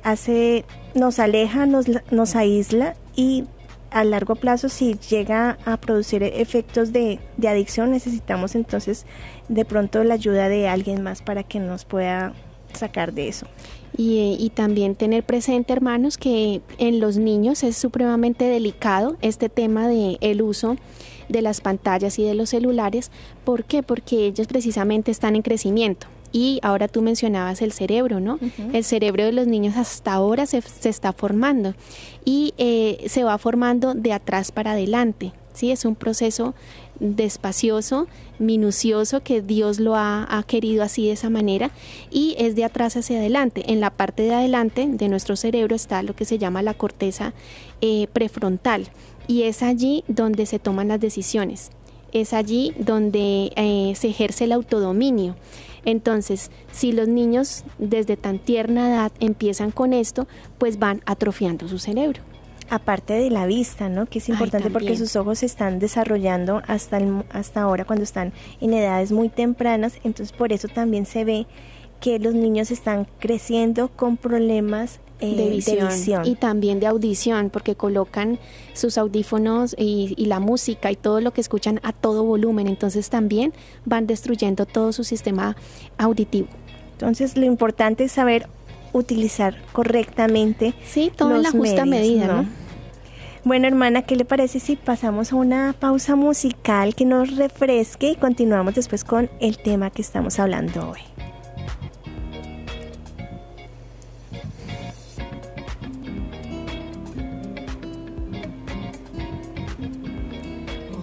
Speaker 4: aleja, nos aísla, y a largo plazo, si llega a producir efectos de adicción, necesitamos entonces de pronto la ayuda de alguien más para que nos pueda sacar de eso.
Speaker 3: Y también tener presente, hermanos, que en los niños es supremamente delicado este tema del uso de las pantallas y de los celulares. ¿Por qué? Porque ellos precisamente están en crecimiento. Y ahora tú mencionabas el cerebro, ¿no? El cerebro de los niños hasta ahora se está formando, y se va formando de atrás para adelante, ¿sí? Es un proceso despacioso, minucioso, que Dios lo ha querido así, de esa manera, y es de atrás hacia adelante. En la parte de adelante de nuestro cerebro está lo que se llama la corteza prefrontal, y es allí donde se toman las decisiones, es allí donde se ejerce el autodominio. Entonces, si los niños desde tan tierna edad empiezan con esto, pues van atrofiando su cerebro.
Speaker 4: Aparte de la vista, ¿no? Que es importante porque sus ojos se están desarrollando hasta ahora, cuando están en edades muy tempranas. Entonces, por eso también se ve que los niños están creciendo con problemas de visión
Speaker 3: y también de audición, porque colocan sus audífonos y la música y todo lo que escuchan a todo volumen. Entonces también van destruyendo todo su sistema auditivo.
Speaker 4: Entonces lo importante es saber utilizar correctamente,
Speaker 3: todo en la justa medida, ¿no?
Speaker 4: Bueno, hermana, ¿qué le parece si pasamos a una pausa musical que nos refresque y continuamos después con el tema que estamos hablando hoy?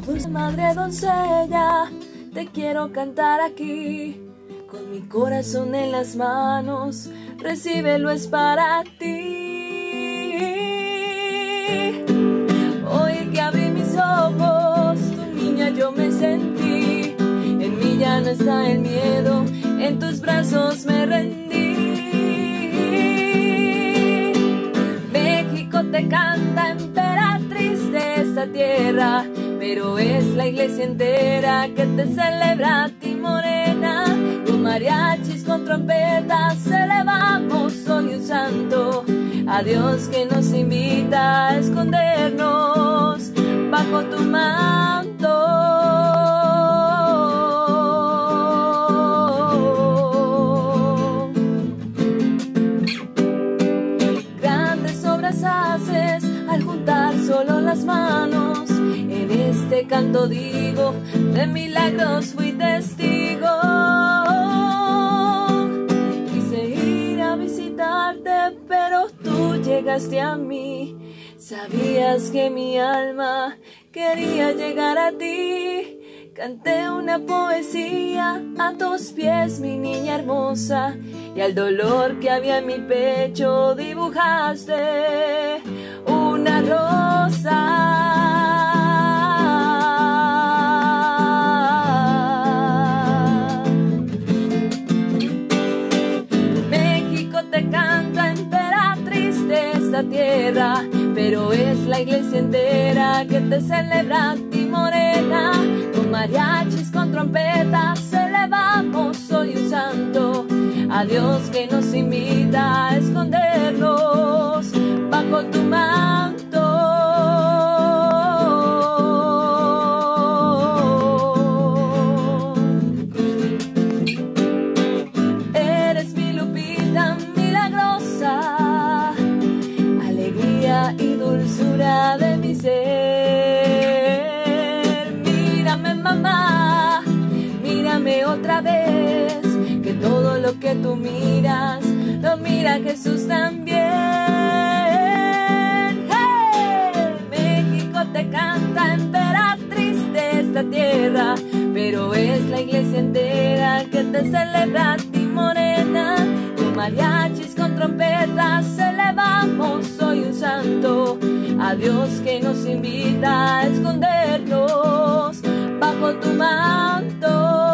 Speaker 1: Madre doncella, te quiero cantar aquí, con mi corazón en las manos, recíbelo, es para ti. Hoy que abrí mis ojos, tu niña yo me sentí, en mí ya no está el miedo, en tus brazos me rendí. México te canta, emperatriz de esta tierra, pero es la iglesia entera que te celebra a ti, morena. Con mariachis, con trompetas, celebramos hoy un santo, a Dios que nos invita a escondernos bajo tu manto. Grandes obras haces al juntar solo las manos, en este canto digo, de milagros fui testigo. Quise ir a visitarte, pero tú llegaste a mí. Sabías que mi alma quería llegar a ti. Canté una poesía a tus pies, mi niña hermosa, y al dolor que había en mi pecho dibujaste una rosa. Tierra, pero es la iglesia entera que te celebra a ti, morena. Con mariachis, con trompetas, celebramos hoy un santo, a Dios que nos invita a escondernos bajo tu manto. Eres mi Lupita milagrosa, y dulzura de mi ser. Mírame, mamá, mírame otra vez, que todo lo que tú miras, lo mira Jesús también. ¡Hey! México te canta, emperatriz de esta tierra, pero es la iglesia entera que te celebra a ti, morena. Con mariachis, con trompetas, celebramos hoy un santo, a Dios que nos invita a escondernos bajo tu manto.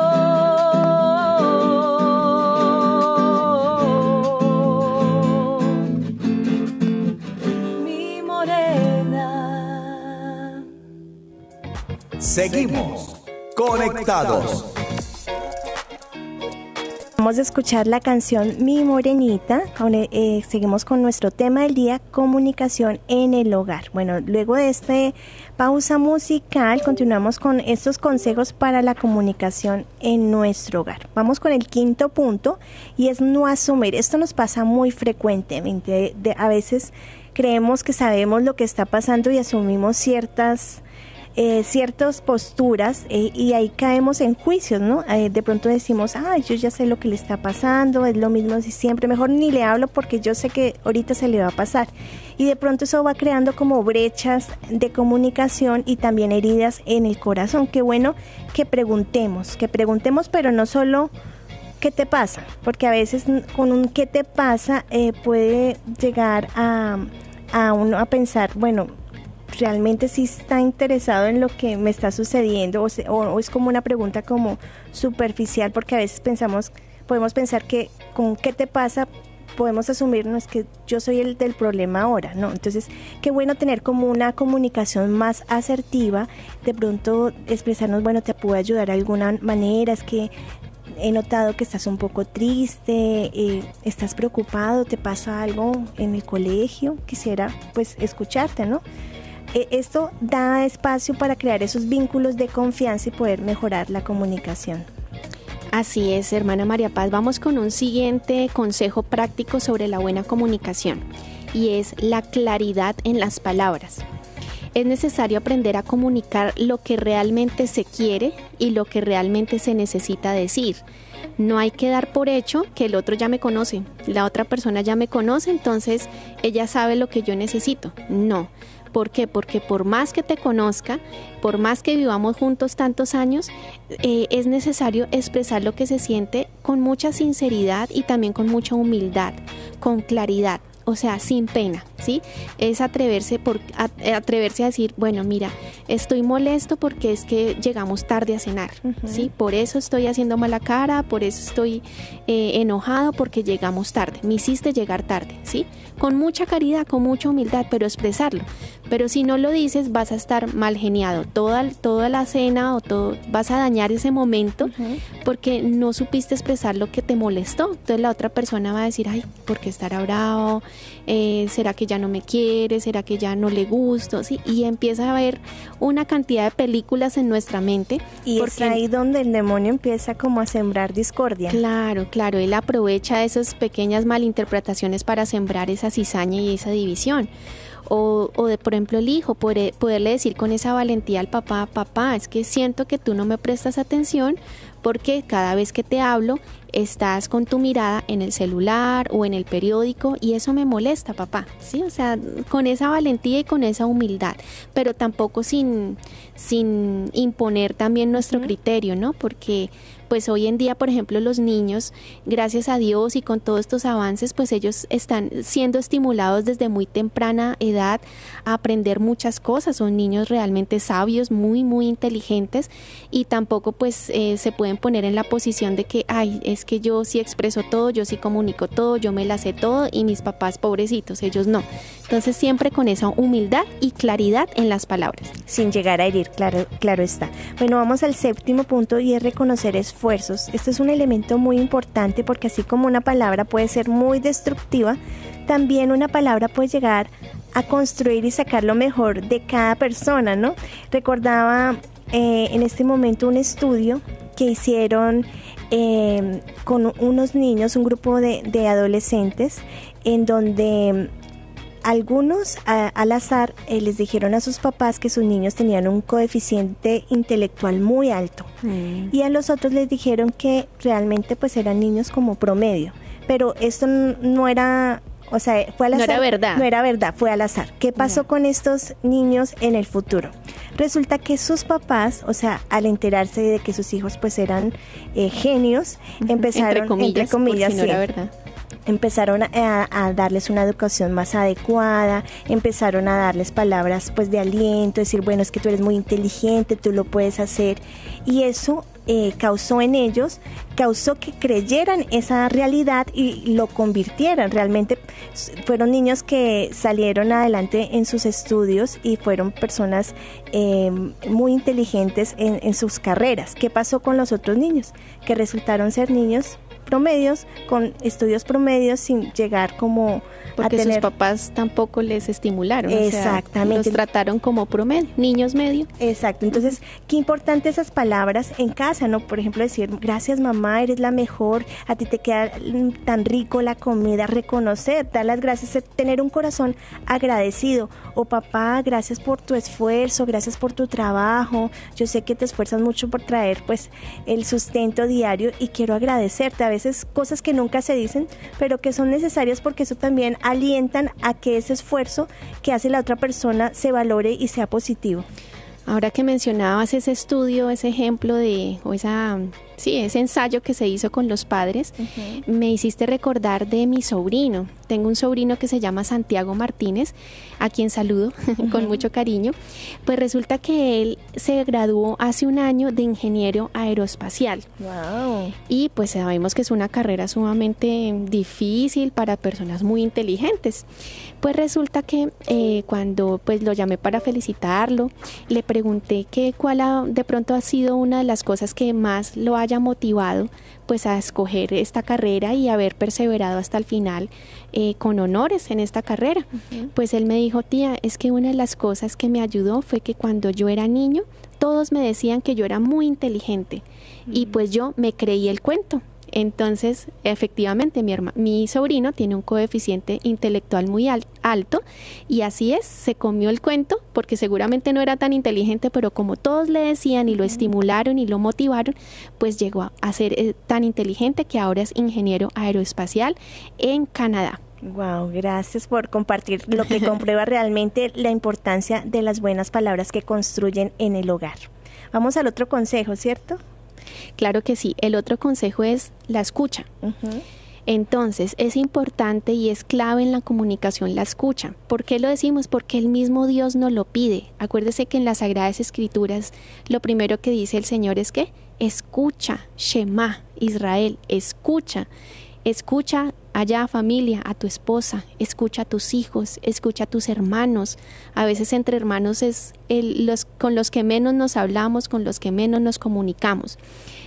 Speaker 1: Mi morena.
Speaker 6: Seguimos conectados.
Speaker 4: Vamos a escuchar la canción Mi Morenita. Seguimos con nuestro tema del día, comunicación en el hogar. Bueno, luego de esta pausa musical, continuamos con estos consejos para la comunicación en nuestro hogar. Vamos con el quinto punto, y es no asumir. Esto nos pasa muy frecuentemente. A veces creemos que sabemos lo que está pasando y asumimos ciertas posturas, y ahí caemos en juicios, ¿no? De pronto decimos, yo ya sé lo que le está pasando, es lo mismo de siempre, mejor ni le hablo porque yo sé que ahorita se le va a pasar. Y de pronto eso va creando como brechas de comunicación y también heridas en el corazón. Qué bueno que preguntemos, pero no solo ¿qué te pasa? Porque a veces con un ¿qué te pasa? Puede llegar a uno a pensar, bueno, realmente sí está interesado en lo que me está sucediendo, o es como una pregunta como superficial, porque a veces podemos pensar que con ¿qué te pasa? Podemos asumirnos que yo soy el del problema ahora, ¿no? Entonces, qué bueno tener como una comunicación más asertiva, de pronto expresarnos, bueno, te puedo ayudar de alguna manera, es que he notado que estás un poco triste, estás preocupado, te pasa algo en el colegio, quisiera pues escucharte, ¿no? Esto da espacio para crear esos vínculos de confianza y poder mejorar la comunicación.
Speaker 3: Así es, hermana María Paz. Vamos con un siguiente consejo práctico sobre la buena comunicación, y es la claridad en las palabras. Es necesario aprender a comunicar lo que realmente se quiere y lo que realmente se necesita decir. No hay que dar por hecho que el otro ya me conoce, la otra persona ya me conoce, entonces ella sabe lo que yo necesito. No. ¿Por qué? Porque por más que te conozca, por más que vivamos juntos tantos años, es necesario expresar lo que se siente con mucha sinceridad y también con mucha humildad, con claridad. O sea, sin pena, ¿sí? Es atreverse a decir, bueno, mira, estoy molesto porque es que llegamos tarde a cenar, ¿sí? Por eso estoy haciendo mala cara, por eso estoy enojado porque llegamos tarde, me hiciste llegar tarde, ¿sí? Con mucha caridad, con mucha humildad, pero expresarlo. Pero si no lo dices, vas a estar mal geniado. Toda la cena vas a dañar ese momento porque no supiste expresar lo que te molestó. Entonces la otra persona va a decir, ay, ¿por qué estará bravo? ¿Será que ya no me quiere? ¿Será que ya no le gusto? ¿Sí? Y empieza a haber una cantidad de películas en nuestra mente.
Speaker 4: Y es ahí donde el demonio empieza como a sembrar discordia.
Speaker 3: Claro, él aprovecha esas pequeñas malinterpretaciones para sembrar esa cizaña y esa división. O de, por ejemplo, el hijo, poderle decir con esa valentía al papá, es que siento que tú no me prestas atención porque cada vez que te hablo estás con tu mirada en el celular o en el periódico y eso me molesta, papá, ¿sí? O sea, con esa valentía y con esa humildad, pero tampoco sin imponer también nuestro criterio, ¿no? Porque pues hoy en día, por ejemplo, los niños, gracias a Dios y con todos estos avances, pues ellos están siendo estimulados desde muy temprana edad a aprender muchas cosas. Son niños realmente sabios, muy, muy inteligentes y tampoco pues se pueden poner en la posición de que, ay, es que yo sí expreso todo, yo sí comunico todo, yo me la sé todo y mis papás pobrecitos, ellos no. Entonces siempre con esa humildad y claridad en las palabras.
Speaker 4: Sin llegar a herir, claro está. Bueno, vamos al séptimo punto y es reconocer esfuerzos. Este es un elemento muy importante porque así como una palabra puede ser muy destructiva, también una palabra puede llegar a construir y sacar lo mejor de cada persona, ¿no? Recordaba en este momento un estudio que hicieron con unos niños, un grupo de adolescentes, en donde algunos al azar les dijeron a sus papás que sus niños tenían un coeficiente intelectual muy alto y a los otros les dijeron que realmente pues eran niños como promedio, pero esto no era, o sea, fue al azar. No era verdad, fue al azar. ¿Qué pasó con estos niños en el futuro? Resulta que sus papás, o sea, al enterarse de que sus hijos pues eran genios, empezaron, entre comillas,
Speaker 3: no era verdad.
Speaker 4: Empezaron a darles una educación más adecuada, empezaron a darles palabras pues de aliento, decir, bueno, es que tú eres muy inteligente, tú lo puedes hacer, y eso causó que creyeran esa realidad y lo convirtieran. Realmente fueron niños que salieron adelante en sus estudios y fueron personas muy inteligentes en sus carreras. ¿Qué pasó con los otros niños? Que resultaron ser niños promedios, con estudios promedios, sin llegar como
Speaker 3: porque
Speaker 4: a tener...
Speaker 3: sus papás tampoco les estimularon.
Speaker 4: Exactamente.
Speaker 3: O sea, los trataron como promedio, niños medio.
Speaker 4: Exacto. Entonces, qué importante esas palabras en casa, ¿no? Por ejemplo, decir, gracias mamá, eres la mejor, a ti te queda tan rico la comida, reconocer, dar las gracias, tener un corazón agradecido. O papá, gracias por tu esfuerzo, gracias por tu trabajo, yo sé que te esfuerzas mucho por traer pues el sustento diario y quiero agradecerte. A veces cosas que nunca se dicen, pero que son necesarias porque eso también alientan a que ese esfuerzo que hace la otra persona se valore y sea positivo.
Speaker 3: Ahora que mencionabas ese estudio, ese ejemplo ese ensayo que se hizo con los padres, me hiciste recordar de mi sobrino. Tengo un sobrino que se llama Santiago Martínez, a quien saludo con mucho cariño. Pues resulta que él se graduó hace un año de ingeniero aeroespacial.
Speaker 4: Wow.
Speaker 3: Y pues sabemos que es una carrera sumamente difícil para personas muy inteligentes. Pues resulta que cuando pues lo llamé para felicitarlo, le pregunté cuál de pronto ha sido una de las cosas que más lo haya motivado pues a escoger esta carrera y haber perseverado hasta el final con honores en esta carrera. Pues él me dijo, tía, es que una de las cosas que me ayudó fue que cuando yo era niño todos me decían que yo era muy inteligente y pues yo me creí el cuento. Entonces, efectivamente, mi sobrino tiene un coeficiente intelectual muy alto y así es, se comió el cuento porque seguramente no era tan inteligente, pero como todos le decían y lo estimularon y lo motivaron, pues llegó a ser tan inteligente que ahora es ingeniero aeroespacial en Canadá.
Speaker 4: Wow, gracias por compartir lo que comprueba realmente la importancia de las buenas palabras que construyen en el hogar. Vamos al otro consejo, ¿cierto?
Speaker 3: Claro que sí. El otro consejo es la escucha. Entonces, es importante y es clave en la comunicación la escucha. ¿Por qué lo decimos? Porque el mismo Dios nos lo pide. Acuérdese que en las Sagradas Escrituras lo primero que dice el Señor es que escucha, Shema, Israel, escucha. Escucha allá, familia, a tu esposa, escucha a tus hijos, escucha a tus hermanos. A veces entre hermanos es con los que menos nos hablamos, con los que menos nos comunicamos.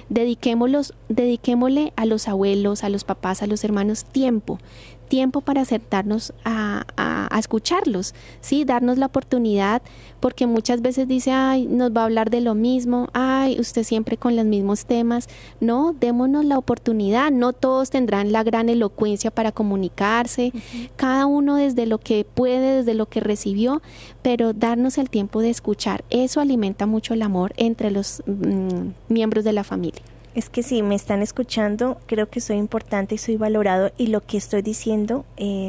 Speaker 3: Dediquémosle a los abuelos, a los papás, a los hermanos tiempo para acertarnos a escucharlos, ¿sí? Darnos la oportunidad, porque muchas veces dice, ay, nos va a hablar de lo mismo, ay, usted siempre con los mismos temas. No, démonos la oportunidad, no todos tendrán la gran elocuencia para comunicarse, cada uno desde lo que puede, desde lo que recibió, pero darnos el tiempo de escuchar, eso alimenta mucho el amor entre los miembros de la familia.
Speaker 4: Es que si me están escuchando, creo que soy importante y soy valorado y lo que estoy diciendo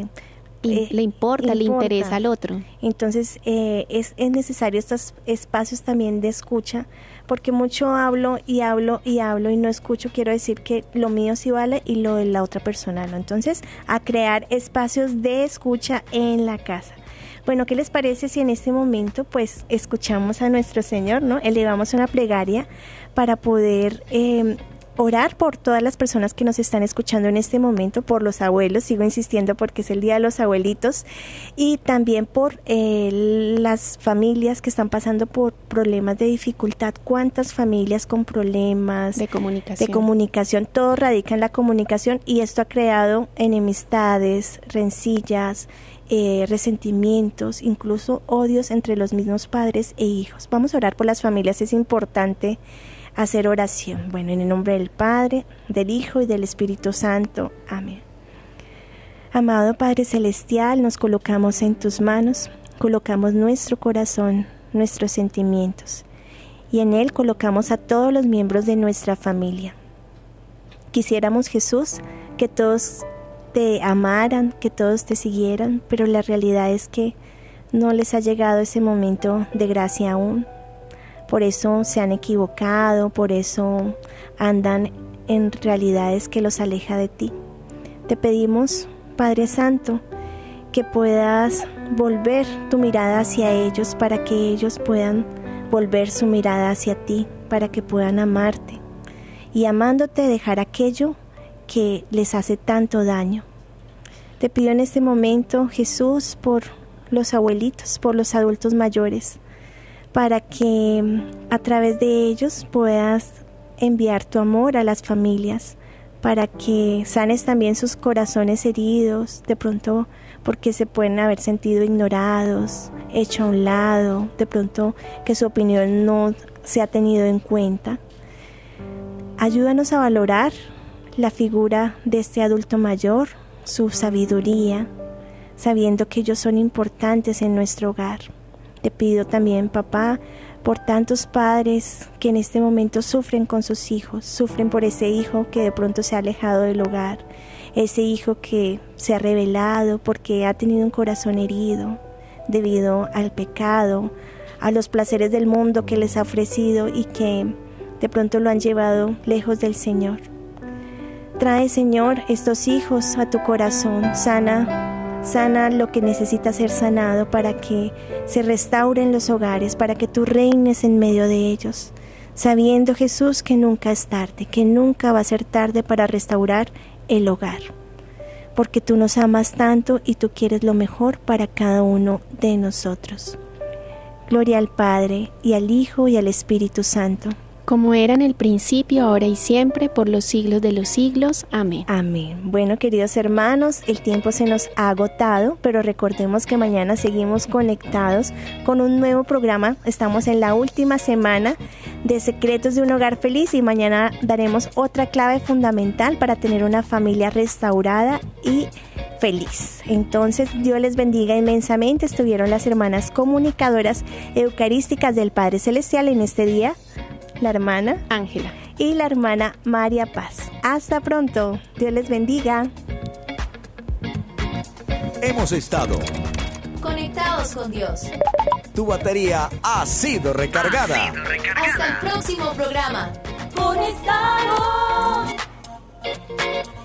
Speaker 3: le importa, le interesa al otro.
Speaker 4: Entonces es necesario estos espacios también de escucha, porque mucho hablo y no escucho. Quiero decir que lo mío sí vale y lo de la otra persona no. Entonces, a crear espacios de escucha en la casa. Bueno, ¿qué les parece si en este momento pues escuchamos a nuestro Señor, ¿no? Elevamos una plegaria para poder orar por todas las personas que nos están escuchando en este momento, por los abuelos, sigo insistiendo porque es el Día de los Abuelitos, y también por las familias que están pasando por problemas de dificultad. ¿Cuántas familias con problemas
Speaker 3: de
Speaker 4: comunicación? Todo radica en la comunicación y esto ha creado enemistades, rencillas, resentimientos, incluso odios entre los mismos padres e hijos. Vamos a orar por las familias, es importante hacer oración. Bueno, en el nombre del Padre, del Hijo y del Espíritu Santo. Amén. Amado Padre Celestial, nos colocamos en tus manos, colocamos nuestro corazón, nuestros sentimientos, y en él colocamos a todos los miembros de nuestra familia. Quisiéramos, Jesús, que todos te amaran, que todos te siguieran, pero la realidad es que no les ha llegado ese momento de gracia aún. Por eso se han equivocado, por eso andan en realidades que los aleja de ti. Te pedimos, Padre Santo, que puedas volver tu mirada hacia ellos para que ellos puedan volver su mirada hacia ti, para que puedan amarte y amándote dejar aquello que les hace tanto daño. Te pido en este momento, Jesús, por los abuelitos, por los adultos mayores, para que a través de ellos puedas enviar tu amor a las familias, para que sanes también sus corazones heridos, de pronto porque se pueden haber sentido ignorados, hecho a un lado, de pronto que su opinión no se ha tenido en cuenta. Ayúdanos a valorar la figura de este adulto mayor, su sabiduría, sabiendo que ellos son importantes en nuestro hogar. Te pido también, papá, por tantos padres que en este momento sufren con sus hijos, sufren por ese hijo que de pronto se ha alejado del hogar, ese hijo que se ha rebelado porque ha tenido un corazón herido debido al pecado, a los placeres del mundo que les ha ofrecido y que de pronto lo han llevado lejos del Señor. Trae, Señor, estos hijos a tu corazón, sana lo que necesita ser sanado para que se restauren los hogares, para que tú reines en medio de ellos, sabiendo, Jesús, que nunca es tarde, que nunca va a ser tarde para restaurar el hogar, porque tú nos amas tanto y tú quieres lo mejor para cada uno de nosotros. Gloria al Padre, y al Hijo, y al Espíritu Santo,
Speaker 3: como era en el principio, ahora y siempre, por los siglos de los siglos. Amén.
Speaker 4: Amén. Bueno, queridos hermanos, el tiempo se nos ha agotado, pero recordemos que mañana seguimos conectados con un nuevo programa. Estamos en la última semana de Secretos de un Hogar Feliz y mañana daremos otra clave fundamental para tener una familia restaurada y feliz. Entonces, Dios les bendiga inmensamente. Estuvieron las hermanas comunicadoras eucarísticas del Padre Celestial en este día, la hermana
Speaker 3: Ángela
Speaker 4: y la hermana María Paz. Hasta pronto. Dios les bendiga.
Speaker 2: hemos estado
Speaker 5: Conectados con Dios.
Speaker 2: Tu batería ha sido recargada.
Speaker 5: Hasta el próximo programa.
Speaker 1: Conectados.